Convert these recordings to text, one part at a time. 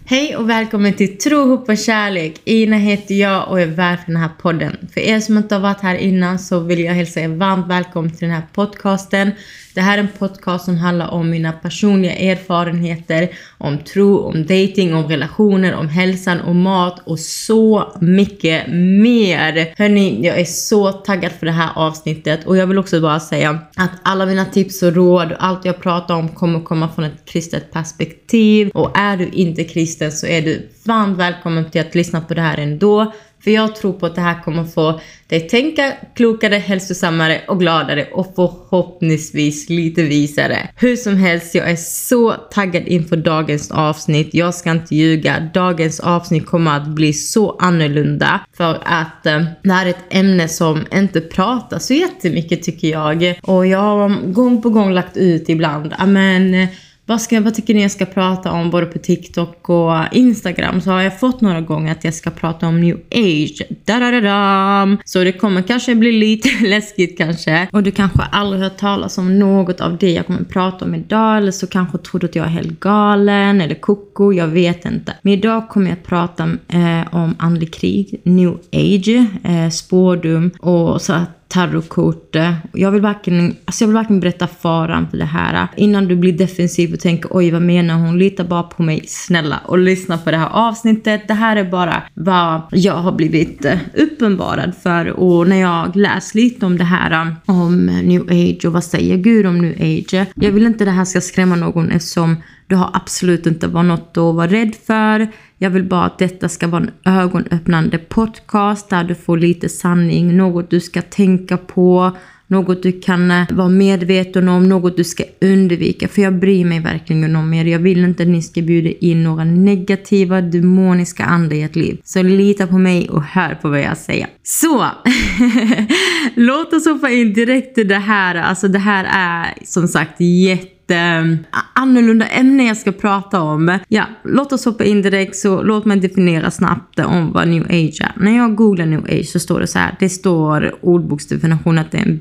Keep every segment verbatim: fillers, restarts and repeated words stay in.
Hej och välkommen till Tro, hopp och kärlek. Ina heter jag och är värd för den här podden. För er som inte har varit här innan så vill jag hälsa er varmt välkommen till den här podcasten. Det här är en podcast som handlar om mina personliga erfarenheter, om tro, om dating, om relationer, om hälsan, om mat och så mycket mer. Hörrni, jag är så taggad för det här avsnittet och jag vill också bara säga att alla mina tips och råd och allt jag pratar om kommer komma från ett kristet perspektiv. Och är du inte kristen så är du varmt välkommen till att lyssna på det här ändå. För jag tror på att det här kommer få dig tänka klokare, hälsosammare och gladare och förhoppningsvis lite visare. Hur som helst, jag är så taggad inför dagens avsnitt. Jag ska inte ljuga. Dagens avsnitt kommer att bli så annorlunda. För att eh, det här är ett ämne som inte pratar så jättemycket tycker jag. Och jag har gång på gång lagt ut ibland. Men Vad, ska, vad tycker ni jag ska prata om både på TikTok och Instagram? Så har jag fått några gånger att jag ska prata om New Age. Da-da-da-dam. Så det kommer kanske bli lite läskigt kanske. Och du kanske aldrig hört talas om något av det jag kommer prata om idag. Eller så kanske tror du att jag är helt galen eller koko. Jag vet inte. Men idag kommer jag att prata eh, om andlig krig, New Age, eh, spårdom och så att tarotkort. Jag vill verkligen, alltså jag vill verkligen berätta faran för det här. Innan du blir defensiv och tänker, oj vad menar hon? Lita bara på mig, snälla. Och lyssna på det här avsnittet. Det här är bara vad jag har blivit uppenbarad för. Och när jag läser lite om det här, om New Age och vad säger Gud om New Age. Jag vill inte det här ska skrämma någon eftersom du har absolut inte varit något att vara rädd för. Jag vill bara att detta ska vara en ögonöppnande podcast där du får lite sanning, något du ska tänka på, något du kan vara medveten om, något du ska undvika. För jag bryr mig verkligen om er. Jag vill inte att ni ska bjuda in några negativa, demoniska andar i ert liv. Så lita på mig och hör på vad jag säger. Så, låt oss hoppa in direkt till det här. Alltså det här är som sagt jätte annorlunda ämne jag ska prata om. Ja, låt oss hoppa in direkt så låt mig definiera snabbt om vad New Age är. När jag googlar New Age så står det så här. Det står ordboksdefinition att det är en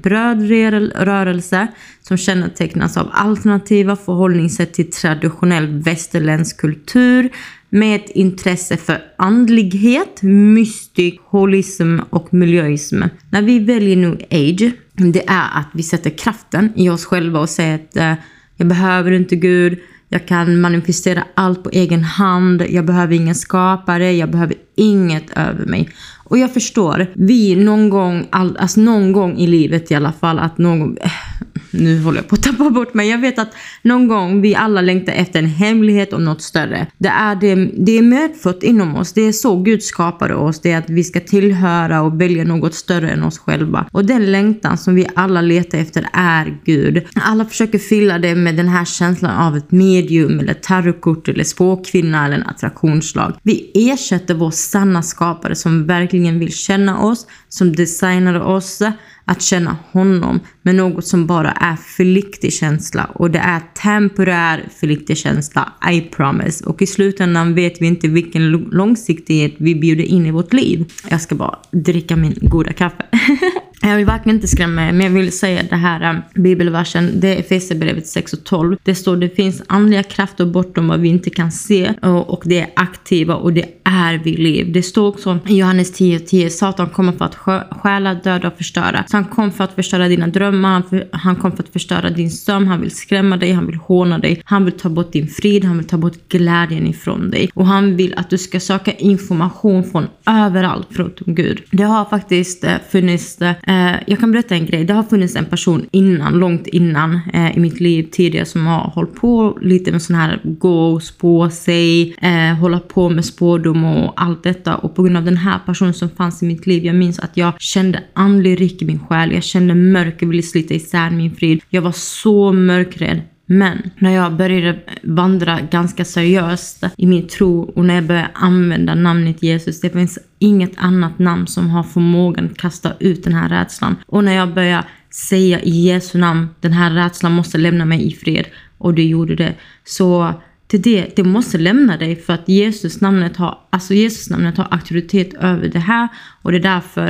brödrörelse som kännetecknas av alternativa förhållningssätt till traditionell västerländsk kultur med ett intresse för andlighet, mystik, holism och miljöism. När vi väljer New Age, det är att vi sätter kraften i oss själva och säger att jag behöver inte Gud. Jag kan manifestera allt på egen hand. Jag behöver ingen skapare. Jag behöver inget över mig. Och jag förstår. Vi någon gång, all, alltså någon gång i livet i alla fall. Att någon, nu håller jag på att tappa bort mig. Jag vet att någon gång vi alla längtar efter en hemlighet om något större. Det är, det, det är medfött inom oss. Det är så Gud skapade oss. Det är att vi ska tillhöra och välja något större än oss själva. Och den längtan som vi alla letar efter är Gud. Alla försöker fylla det med den här känslan av ett medium eller tarotkort eller spåkvinna eller en attraktionslag. Vi ersätter vår sanna skapare som verkligen vill känna oss, som designade oss att känna honom med något som bara är förliktig känsla. Och det är temporär förliktig känsla, I promise. Och i slutändan vet vi inte vilken långsiktighet vi bjuder in i vårt liv. Jag ska bara dricka min goda kaffe. Jag vill verkligen inte skrämma er, men jag vill säga det här bibelversen, det är Efesierbrevet sex och tolv. Det står det finns andliga krafter bortom vad vi inte kan se och, och det är aktiva och det är vid liv. Det står också i Johannes tio tio, Satan kommer för att stjäla, döda och förstöra. Så han kom för att förstöra dina drömmar, han, för, han kom för att förstöra din sömn, han vill skrämma dig, han vill håna dig, han vill ta bort din frid, han vill ta bort glädjen ifrån dig. Och han vill att du ska söka information från överallt förutom Gud. Det har faktiskt eh, funnits eh, jag kan berätta en grej. Det har funnits en person innan, långt innan eh, i mitt liv tidigare som har hållit på lite med sån här gå och spå sig, eh, hålla på med spårdom och allt detta. Och på grund av den här personen som fanns i mitt liv, jag minns att jag kände andlig ryck i min själ. Jag kände mörker ville slita isär min frid. Jag var så mörkrädd. Men när jag började vandra ganska seriöst i min tro och när jag började använda namnet Jesus, det finns inget annat namn som har förmågan att kasta ut den här rädslan. Och när jag började säga i Jesu namn, den här rädslan måste lämna mig i fred, och det gjorde det. Så till det, det måste lämna dig, för att Jesus namnet har, alltså Jesus namnet har auktoritet över det här, och det är därför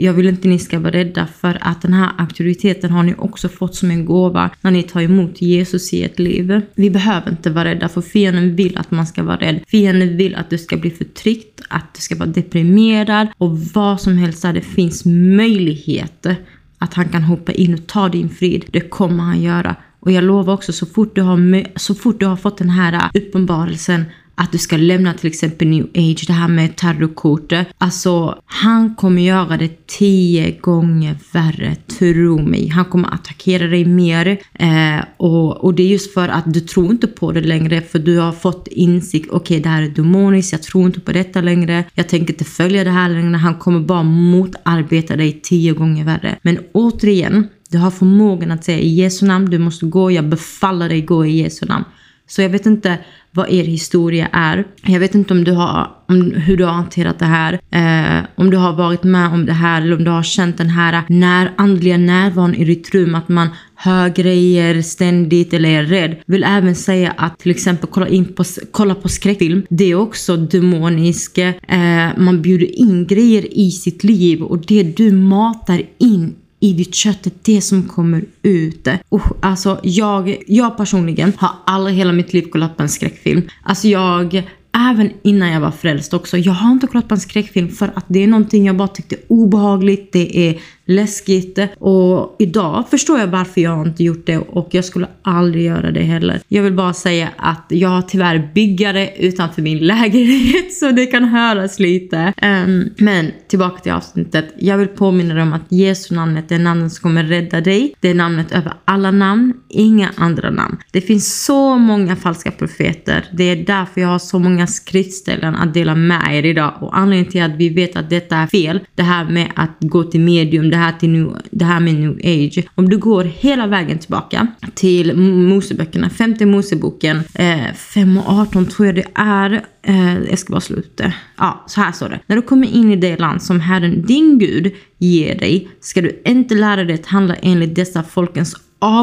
jag vill inte ni ska vara rädda, för att den här auktoriteten har ni också fått som en gåva när ni tar emot Jesus i ert liv. Vi behöver inte vara rädda, för fienden vill att man ska vara rädd. Fienden vill att du ska bli förtryckt, att du ska vara deprimerad och vad som helst där det finns möjligheter att han kan hoppa in och ta din frid. Det kommer han göra. Och jag lovar också, så fort du har, så fort du har fått den här uppenbarelsen att du ska lämna till exempel New Age, det här med tarotkortet. Alltså, han kommer göra det tio gånger värre, tro mig. Han kommer attackera dig mer. Eh, och, och det är just för att du tror inte på det längre. För du har fått insikt, okej okay, det här är demoniskt, jag tror inte på detta längre. Jag tänker inte följa det här längre. Han kommer bara motarbeta dig tio gånger värre. Men återigen, du har förmågan att säga i Jesu namn, du måste gå, jag befaller dig gå i Jesu namn. Så jag vet inte vad er historia är. Jag vet inte om du har, om, hur du har hanterat det här. Eh, om du har varit med om det här. Eller om du har känt den här när, andliga närvaron i ditt rum. Att man hör grejer ständigt eller är rädd. Vill även säga att till exempel kolla, in på, kolla på skräckfilm. Det är också demonisk. Eh, man bjuder in grejer i sitt liv. Och det du matar in i ditt kött, det som kommer ut. Och alltså jag, jag personligen har aldrig hela mitt liv kollat på en skräckfilm. Alltså jag, även innan jag var frälst också, jag har inte kollat på en skräckfilm för att det är någonting jag bara tyckte obehagligt, det är läskigt. Och idag förstår jag varför jag inte gjort det, och jag skulle aldrig göra det heller. Jag vill bara säga att jag har tyvärr byggare utanför min lägenhet, så det kan höras lite. Um, men tillbaka till avsnittet. Jag vill påminna dig om att Jesu namnet är namnet som kommer rädda dig. Det är namnet över alla namn, inga andra namn. Det finns så många falska profeter. Det är därför jag har så många skriftställen att dela med er idag. Och anledningen till att vi vet att detta är fel, det här med att gå till medium, det här, till new, det här med New Age. Om du går hela vägen tillbaka till Moseböckerna, femte Moseboken, eh, fem och arton tror jag det är. Eh, jag ska bara sluta. Ja, så här står det. När du kommer in i det land som Herren din Gud ger dig, ska du inte lära dig att handla enligt dessa folkens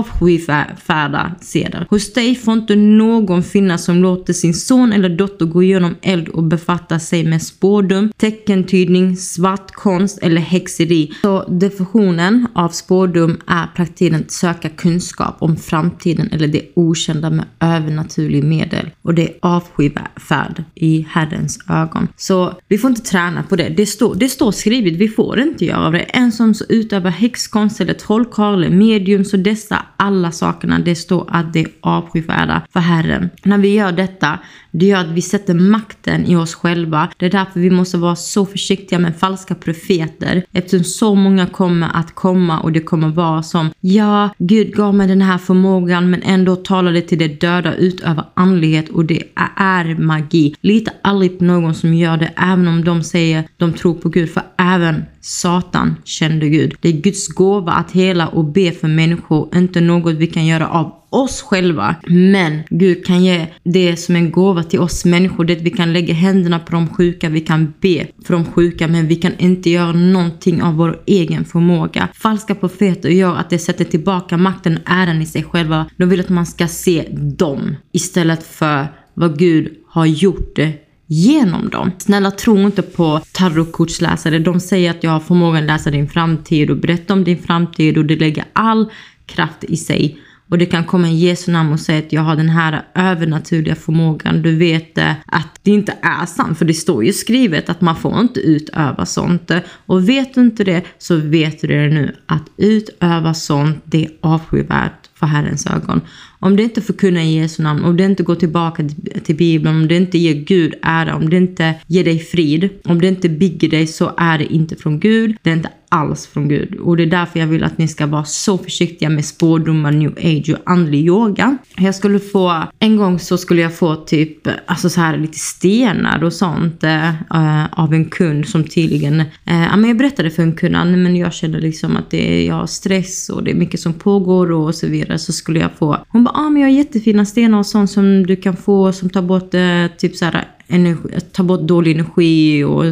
avskyfärda seder. Hos dig får inte någon finnas som låter sin son eller dotter gå igenom eld och befatta sig med spårdom, teckentydning, svartkonst eller häxeri. Så definitionen av spårdom är praktiken att söka kunskap om framtiden eller det okända med övernaturlig medel. Och det är avskyfärd i Herrens ögon. Så vi får inte träna på det. Det står, det står skrivet, vi får inte göra det. En som så utövar häxkonst eller trollkarl eller medium, så dessa alla sakerna, det står att det är avskyvärda för Herren. När vi gör detta, det gör att vi sätter makten i oss själva. Det är därför vi måste vara så försiktiga med falska profeter. Eftersom så många kommer att komma och det kommer vara som, ja, Gud gav mig den här förmågan, men ändå talar det till det döda utöver andlighet, och det är magi. Lita aldrig på någon som gör det, även om de säger de tror på Gud, för även Satan kände Gud. Det är Guds gåva att hela och be för människor, inte något vi kan göra av oss själva. Men Gud kan ge det som en gåva till oss människor, det att vi kan lägga händerna på de sjuka, vi kan be för de sjuka, men vi kan inte göra någonting av vår egen förmåga. Falska profeter gör att det sätter tillbaka makten och äran i sig själva. De vill att man ska se dem istället för vad Gud har gjort det genom dem. Snälla, tro inte på tarotkortsläsare. De säger att jag har förmågan att läsa din framtid och berätta om din framtid, och det lägger all kraft i sig. Och det kan komma i Jesu namn och säga att jag har den här övernaturliga förmågan. Du vet att det inte är sant. För det står ju skrivet att man får inte utöva sånt. Och vet du inte det, så vet du det nu. Att utöva sånt, det är avskyvärt för Herrens ögon. Om det inte förkunnar i Jesu namn, om det inte går tillbaka till Bibeln, om det inte ger Gud ära, om det inte ger dig frid, om det inte bygger dig, så är det inte från Gud. Det är inte alls från Gud. Och det är därför jag vill att ni ska vara så försiktiga med spårdomar, New Age och andlig yoga. Jag skulle få, en gång så skulle jag få typ, alltså så här lite stenar och sånt äh, av en kund som tydligen, äh, men jag berättade för en kund, men jag kände liksom att det är, jag har stress och det är mycket som pågår och så vidare, så skulle jag få, hon bara, ah, men jag har jättefina stenar och sånt som du kan få som tar bort äh, typ så här energi, tar bort dålig energi och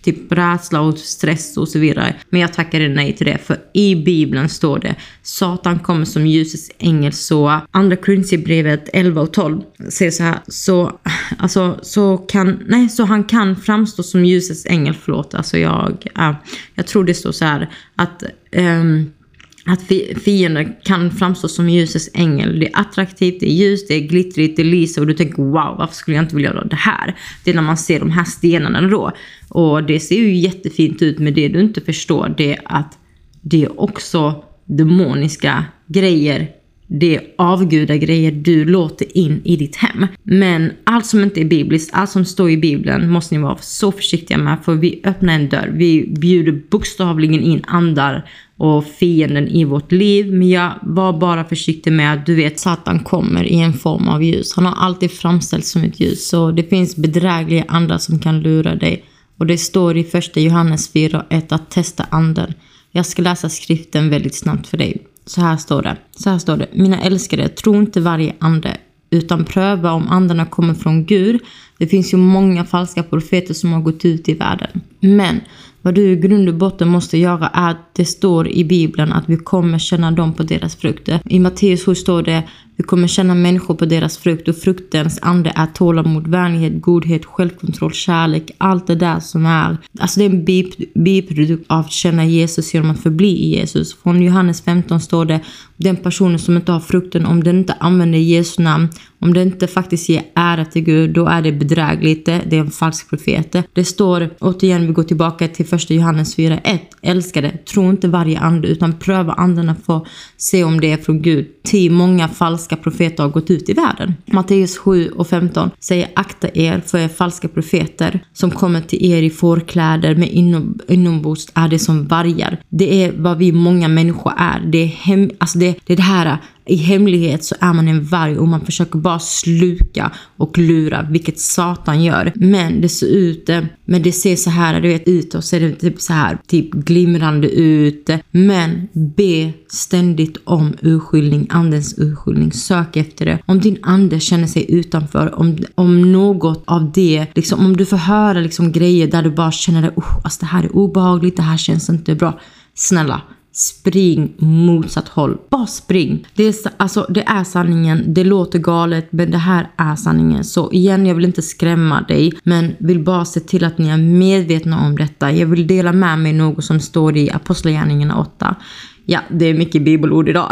typ rädsla och stress och så vidare. Men jag tackade nej till det, för i Bibeln står det: Satan kommer som ljusets ängel. Så andra Korinthierbrevet elva och tolv säger så här: så, alltså, så, kan, nej, så han kan framstå som ljusets ängel. Förlåt, alltså jag, äh, jag tror det står så här att ähm, att fienden kan framstå som ljusets ängel. Det är attraktivt, det är ljust, det är glittrigt, det lyser och du tänker wow, varför skulle jag inte vilja göra det här? Det är när man ser de här stenarna då. Och det ser ju jättefint ut, men det du inte förstår, det är att det är också demoniska grejer. Det är avguda grejer du låter in i ditt hem. Men allt som inte är bibliskt, allt som står i Bibeln måste ni vara så försiktiga med. För vi öppnar en dörr. Vi bjuder bokstavligen in andar och fienden i vårt liv. Men jag var bara försiktig med att du vet, Satan kommer i en form av ljus. Han har alltid framställts som ett ljus. Så det finns bedrägliga andar som kan lura dig. Och det står i första Johannes fyra ett att testa anden. Jag ska läsa skriften väldigt snabbt för dig. Så här står det. Så här står det. Mina älskade, tro inte varje ande, utan pröva om andarna kommer från Gud. Det finns ju många falska profeter som har gått ut i världen. Men vad du i grund och botten måste göra är att det står i Bibeln att vi kommer känna dem på deras frukter. I Matteus sju står det: vi kommer känna människor på deras frukt, och fruktens ande är tålamod, vänlighet, godhet, självkontroll, kärlek. Allt det där som är, alltså det är en biprodukt av att känna Jesus genom att förbli i Jesus. Från Johannes femton står det: den personen som inte har frukten, om den inte använder Jesu namn, om den inte faktiskt ger ära till Gud, då är det bedrägligt, det är en falsk profet. Det står, återigen vi går tillbaka till första Johannes fyra ett: älskade, tro inte varje ande, utan pröva andarna för att se om det är från Gud. Till många falska profeter har gått ut i världen. Matteus sju och femton säger: akta er för er falska profeter som kommer till er i fårkläder, men inom, inombords är det som vargar. Det är vad vi många människor är. Det är, hem, alltså det, det är det här. I hemlighet så är man en varg och man försöker bara sluka och lura, vilket Satan gör. Men det ser ut, men det ser så här, du vet, ut och ser det typ så här, typ glimrande ut. Men be ständigt om urskiljning, andens urskiljning. Sök efter det. Om din ande känner sig utanför, om, om något av det, liksom, om du får höra liksom grejer där du bara känner det, oh, alltså det här är obehagligt, det här känns inte bra. Snälla, spring motsatt håll. Bara spring. Det är, alltså, det är sanningen. Det låter galet, men det här är sanningen. Så igen, jag vill inte skrämma dig, men vill bara se till att ni är medvetna om detta. Jag vill dela med mig något som står i Apostlagärningarna åtta. Ja, det är mycket bibelord idag.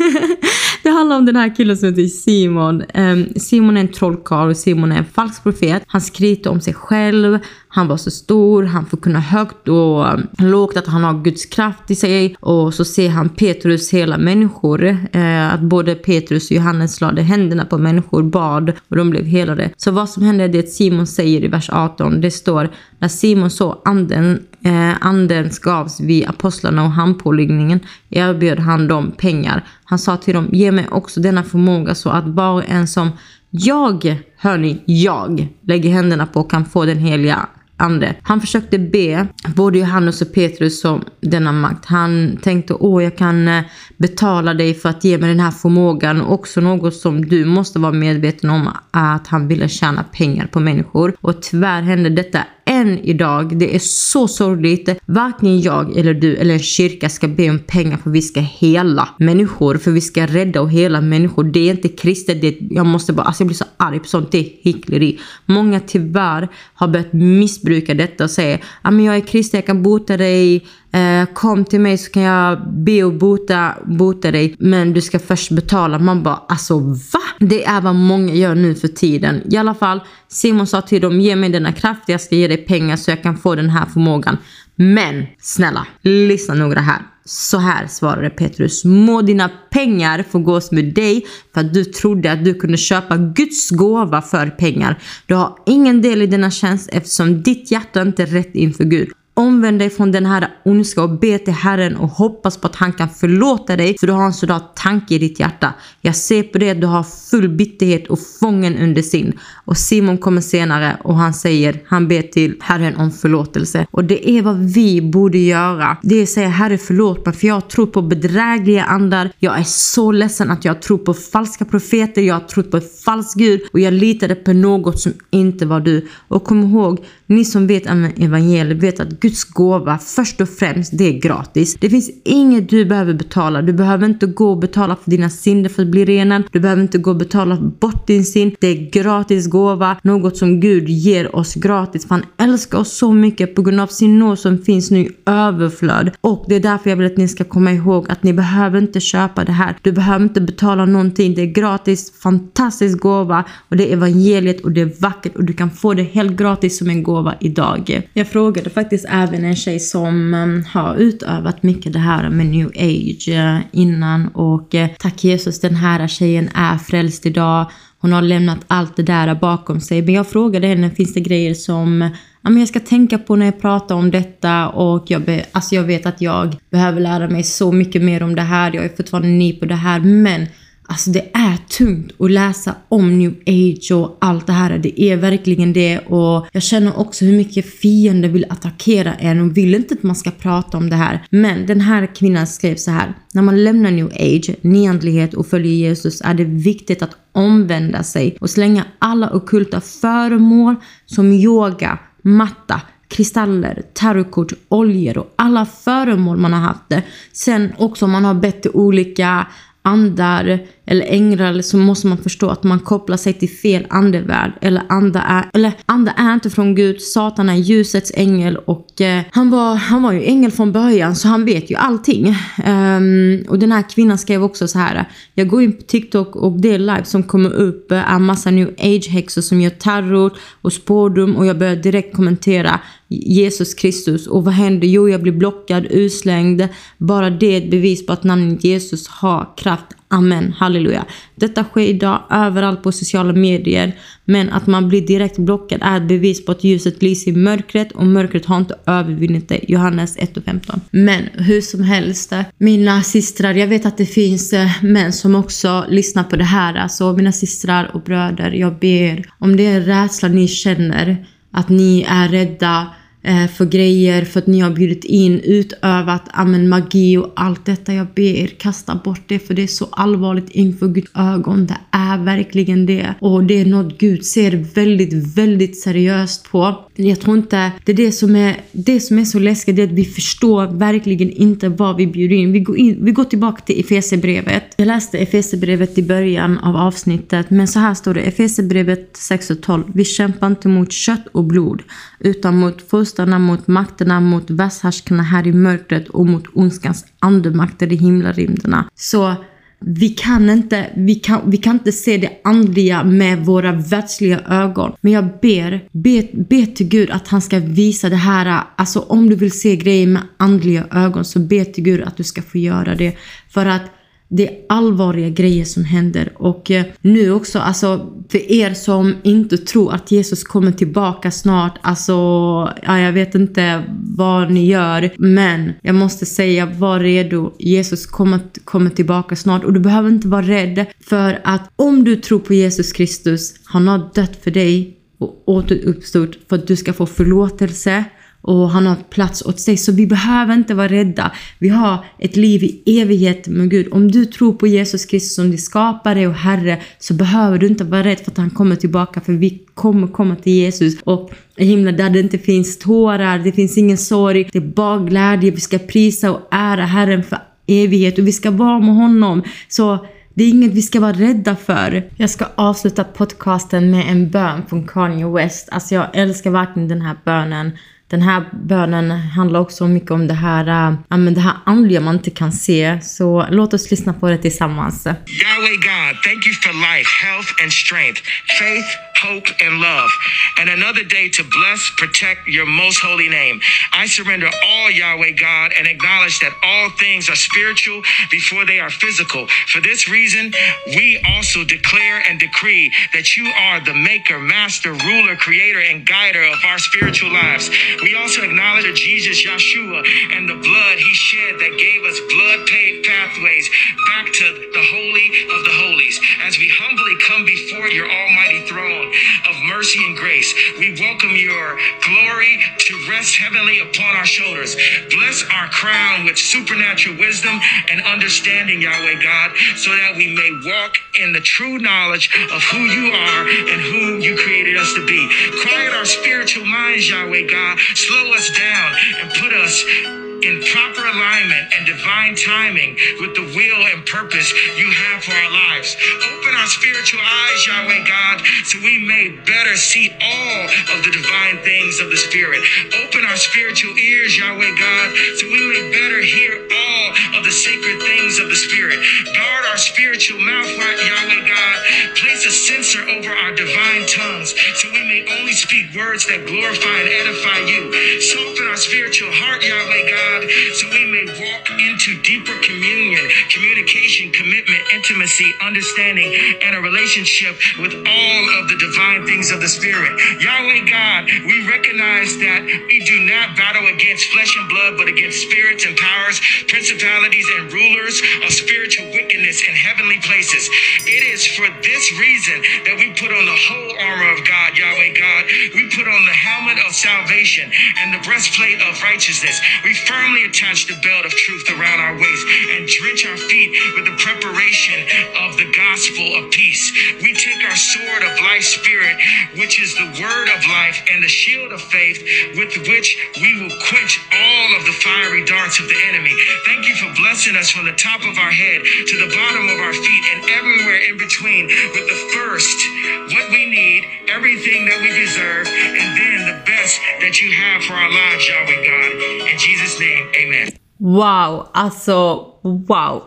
Det handlar om den här killen som heter Simon. Um, Simon är en trollkarl och Simon är en falsk profet. Han skryter om sig själv. Han var så stor, han får kunna högt och um, lågt, att han har Guds kraft i sig. Och så ser han Petrus hela människor. Uh, att både Petrus och Johannes lade händerna på människor, bad och de blev helade. Så vad som hände är det Simon säger i vers arton. Det står: när Simon så anden, uh, anden gavs vid apostlarna och handpåläggningen, erbjöd han dem pengar. Han sa till dem: ge mig också denna förmåga så att var en som jag, hörni, jag lägger händerna på kan få den heliga ande. Han försökte be både Johannes och Petrus om denna makt. Han tänkte: åh, jag kan betala dig för att ge mig den här förmågan. Och också något som du måste vara medveten om, att han ville tjäna pengar på människor. Och tyvärr hände detta än idag. Det är så sorgligt. Varken jag eller du eller en kyrka ska be om pengar för vi ska hela människor, för vi ska rädda och hela människor. Det är inte kristet. Det är, jag måste bara, alltså jag blir så arg på sånt. Det är hyckleri. Många tyvärr har börjat missbruka detta och säger: ja, men jag är kristen, jag kan bota dig. Eh, kom till mig så kan jag be och bota, bota dig, men du ska först betala. Man bara, alltså va? Det är vad många gör nu för tiden. I alla fall, Simon sa till dem: ge mig denna kraft, jag ska ge dig pengar så jag kan få den här förmågan. Men snälla, lyssna några här. Så här svarade Petrus: må dina pengar få gås med dig för att du trodde att du kunde köpa Guds gåva för pengar. Du har ingen del i denna tjänst eftersom ditt hjärta inte är rätt inför Gud. omvänd dig från den här ondska och be till Herren och hoppas på att han kan förlåta dig, för du har en sådan tanke i ditt hjärta. Jag ser på det att du har full bitterhet och fången under sin. Och Simon kommer senare och han säger, han ber till Herren om förlåtelse. Och det är vad vi borde göra. Det är att säga, Herre förlåt mig, för jag tror på bedrägliga andar. Jag är så ledsen att jag tror på falska profeter. Jag tror på ett falskt Gud och jag litade på något som inte var du. Och kom ihåg, ni som vet om evangeliet vet att Guds gåva först och främst, det är gratis. Det finns inget du behöver betala. Du behöver inte gå och betala för dina synder för att bli renen. Du behöver inte gå och betala bort din synd. Det är gratis gåva. Något som Gud ger oss gratis. För han älskar oss så mycket på grund av sin nåd som finns nu i överflöd. Och det är därför jag vill att ni ska komma ihåg att ni behöver inte köpa det här. Du behöver inte betala någonting. Det är gratis, fantastisk gåva. Och det är evangeliet och det är vackert. Och du kan få det helt gratis som en gåva idag. Jag frågade faktiskt även en tjej som um, har utövat mycket det här med new age uh, innan. Och uh, tack Jesus, den här tjejen är frälst idag. Hon har lämnat allt det där bakom sig. Men jag frågade henne, finns det grejer som ja, men jag ska tänka på när jag pratar om detta? Och jag, be, alltså jag vet att jag behöver lära mig så mycket mer om det här. Jag är fortfarande ny på det här. Men alltså det är tungt att läsa om new age och allt det här. Det är verkligen det. Och jag känner också hur mycket fiender vill attackera en och vill inte att man ska prata om det här. Men den här kvinnan skrev så här: när man lämnar new age, nyandlighet och följer Jesus är det viktigt att omvända sig och slänga alla ockulta föremål som yoga, matta, kristaller, tarotkort, oljor och alla föremål man har haft det. Sen också om man har bett till olika andar eller änglar, så måste man förstå att man kopplar sig till fel andevärld. Eller anda är, eller anda är inte från Gud. Satan är ljusets ängel och eh, han, var, han var ju ängel från början, så han vet ju allting. Um, och den här kvinnan skrev också så här: jag går in på TikTok och det live som kommer upp är en massa new age häxor som gör tarot och spårdom, och jag börjar direkt kommentera Jesus Kristus. Och vad händer? Jo, jag blir blockad, utslängd. Bara det är ett bevis på att namnet Jesus har kraft. Amen, halleluja. Detta sker idag överallt på sociala medier. Men att man blir direkt blockad är ett bevis på att ljuset lyser i mörkret. Och mörkret har inte övervunnit det. Johannes ett och femton. Men hur som helst, mina systrar, jag vet att det finns män som också lyssnar på det här. Alltså mina systrar och bröder, jag ber, om det är rädsla ni känner, att ni är rädda för grejer, för att ni har bjudit in, utövat amen, magi och allt detta, jag ber er kasta bort det, för det är så allvarligt inför Guds ögon. Det är verkligen det, och det är något Gud ser väldigt, väldigt seriöst på. Jag tror inte, det är det som är det som är så läskigt, det är att vi förstår verkligen inte vad vi bjuder in. Vi går, in, vi går tillbaka till Efesierbrevet. Jag läste Efesierbrevet i början av avsnittet, men så här står det, Efesierbrevet sex och tolv: vi kämpar inte mot kött och blod, utan mot förstarna, mot makterna, mot världshärskarna här i mörkret och mot ondskans andemakter i himlarymderna. Så vi kan inte vi kan, vi kan inte se det andliga med våra världsliga ögon. Men jag ber, ber, ber till Gud att han ska visa det här. Alltså om du vill se grejer med andliga ögon, så ber till Gud att du ska få göra det. För att det är allvarliga grejer som händer. Och eh, nu också, alltså för er som inte tror att Jesus kommer tillbaka snart, alltså ja, jag vet inte vad ni gör, men jag måste säga, var redo. Jesus kommer, kommer tillbaka snart, och du behöver inte vara rädd, för att om du tror på Jesus Kristus, han har dött för dig och återuppstått för att du ska få förlåtelse. Och han har plats åt sig. Så vi behöver inte vara rädda. Vi har ett liv i evighet med Gud. Om du tror på Jesus Kristus som din skapare och Herre, så behöver du inte vara rädd för att han kommer tillbaka. För vi kommer komma till Jesus. Och i himlen där det inte finns tårar, det finns ingen sorg, det är bara glädje. Vi ska prisa och ära Herren för evighet. Och vi ska vara med honom. Så det är inget vi ska vara rädda för. Jag ska avsluta podcasten med en bön från Kanye West. Alltså jag älskar verkligen den här bönen. Den här bönen handlar också mycket om det här, äh, men det här andliga man inte kan se. Så låt oss lyssna på det tillsammans. Yahweh God, thank you for life, health and strength, faith, hope and love, and another day to bless, protect your most holy name. I surrender all, Yahweh God, and acknowledge that all things are spiritual before they are physical. For this reason, we also declare and decree that you are the maker, master, ruler, creator, and guider of our spiritual lives. We also acknowledge that Jesus, Yeshua, and the blood he shed that gave us blood-paved pathways back to the Holy of the Holies. As we humbly come before your almighty throne of mercy and grace, we welcome your glory to rest heavenly upon our shoulders. Bless our crown with supernatural wisdom and understanding, Yahweh God, so that we may walk in the true knowledge of who you are and who you created us to be. Quiet our spiritual minds, Yahweh God. Slow us down and put us in proper alignment and divine timing with the will and purpose you have for our lives. Open our spiritual eyes, Yahweh God, so we may better see all of the divine things of the Spirit. Open our spiritual ears, Yahweh God, so we may better hear all of the sacred things of the Spirit. Guard our spiritual mouth, Yahweh God. Place a censor over our divine tongues, so we may only speak words that glorify and edify you. Soften our spiritual heart, Yahweh God, so we may walk into deeper communion, communication, commitment, intimacy, understanding, and a relationship with all of the divine things of the Spirit. Yahweh God, we recognize that we do not battle against flesh and blood, but against spirits and powers, principalities and rulers of spiritual wickedness in heavenly places. It is for this reason that we put on the whole armor of God, Yahweh God. We put on the helmet of salvation and the breastplate of righteousness. We firmly attach the belt of truth around our waist and drench our feet with the preparation of the gospel of peace. We take our sword of life spirit, which is the word of life, and the shield of faith with which we will quench all of the fiery darts of the enemy. Thank you for blessing us from the top of our head to the bottom of our feet and everywhere in between with the first, what we need, everything that we deserve, and then the best that you have for our lives, Yahweh God. In Jesus' name, amen. Wow, alltså wow.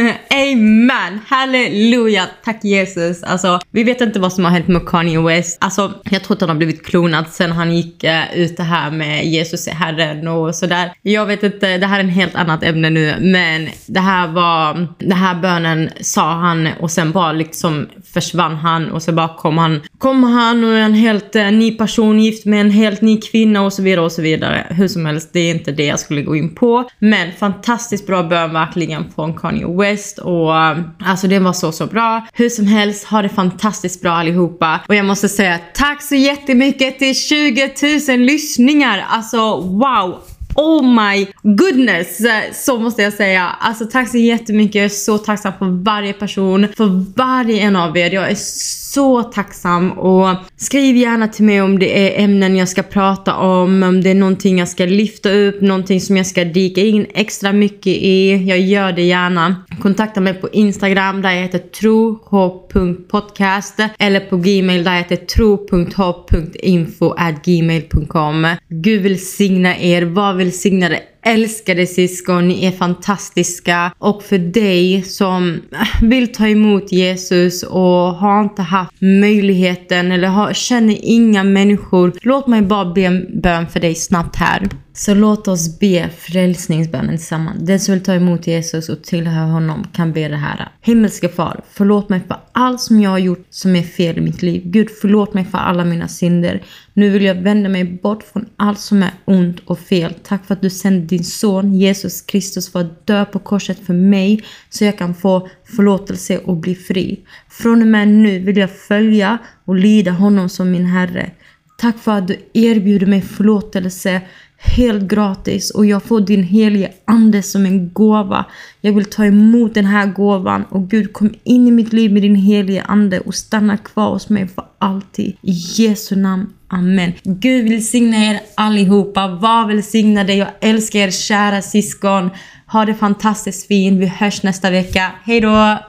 Amen, halleluja, tack Jesus. Alltså, vi vet inte vad som har hänt med Kanye West. Alltså, jag tror att han har blivit klonad sen han gick uh, ut det här med Jesus är Herren och sådär. Jag vet inte, det här är en helt annat ämne nu, men det här var, det här bönen sa han och sen bara liksom försvann han och så bara kom han, kom han och en helt uh, ny person gift med en helt ny kvinna och så vidare och så vidare. Hur som helst, det är inte det jag skulle gå in på, men fantastiskt bra bön verkligen från Kanye West och alltså det var så så bra. Hur som helst, ha det fantastiskt bra allihopa. Och jag måste säga tack så jättemycket till tjugo tusen lyssningar. Alltså wow. Oh my goodness, så måste jag säga. Alltså tack så jättemycket. Jag är så tacksam för varje person, för varje en av er. Jag är så tacksam. Och skriv gärna till mig om det är ämnen jag ska prata om, om det är någonting jag ska lyfta upp, någonting som jag ska dyka in extra mycket i. Jag gör det gärna. Kontakta mig på Instagram där jag heter tro h punkt podcast eller på Gmail där jag heter tro punkt h punkt info at gmail punkt com. Gud vill signa er. Vad vill välsignade, älskade syskon, ni är fantastiska. Och för dig som vill ta emot Jesus och har inte haft möjligheten eller har, känner inga människor, låt mig bara be en bön för dig snabbt här. Så låt oss be frälsningsbönen tillsammans. Den som vill ta emot Jesus och tillhör honom kan be det här. Himmelske far, förlåt mig för allt som jag har gjort som är fel i mitt liv. Gud, förlåt mig för alla mina synder. Nu vill jag vända mig bort från allt som är ont och fel. Tack för att du sände din son Jesus Kristus för att dö på korset för mig så jag kan få förlåtelse och bli fri. Från och med nu vill jag följa och lyda honom som min Herre. Tack för att du erbjuder mig förlåtelse helt gratis och jag får din helige ande som en gåva. Jag vill ta emot den här gåvan och Gud, kom in i mitt liv med din helige ande och stanna kvar hos mig för alltid. I Jesu namn, amen. Gud vill signa er allihopa. Var välsignade. Jag älskar er kära syskon. Ha det fantastiskt fint. Vi hörs nästa vecka. Hej då!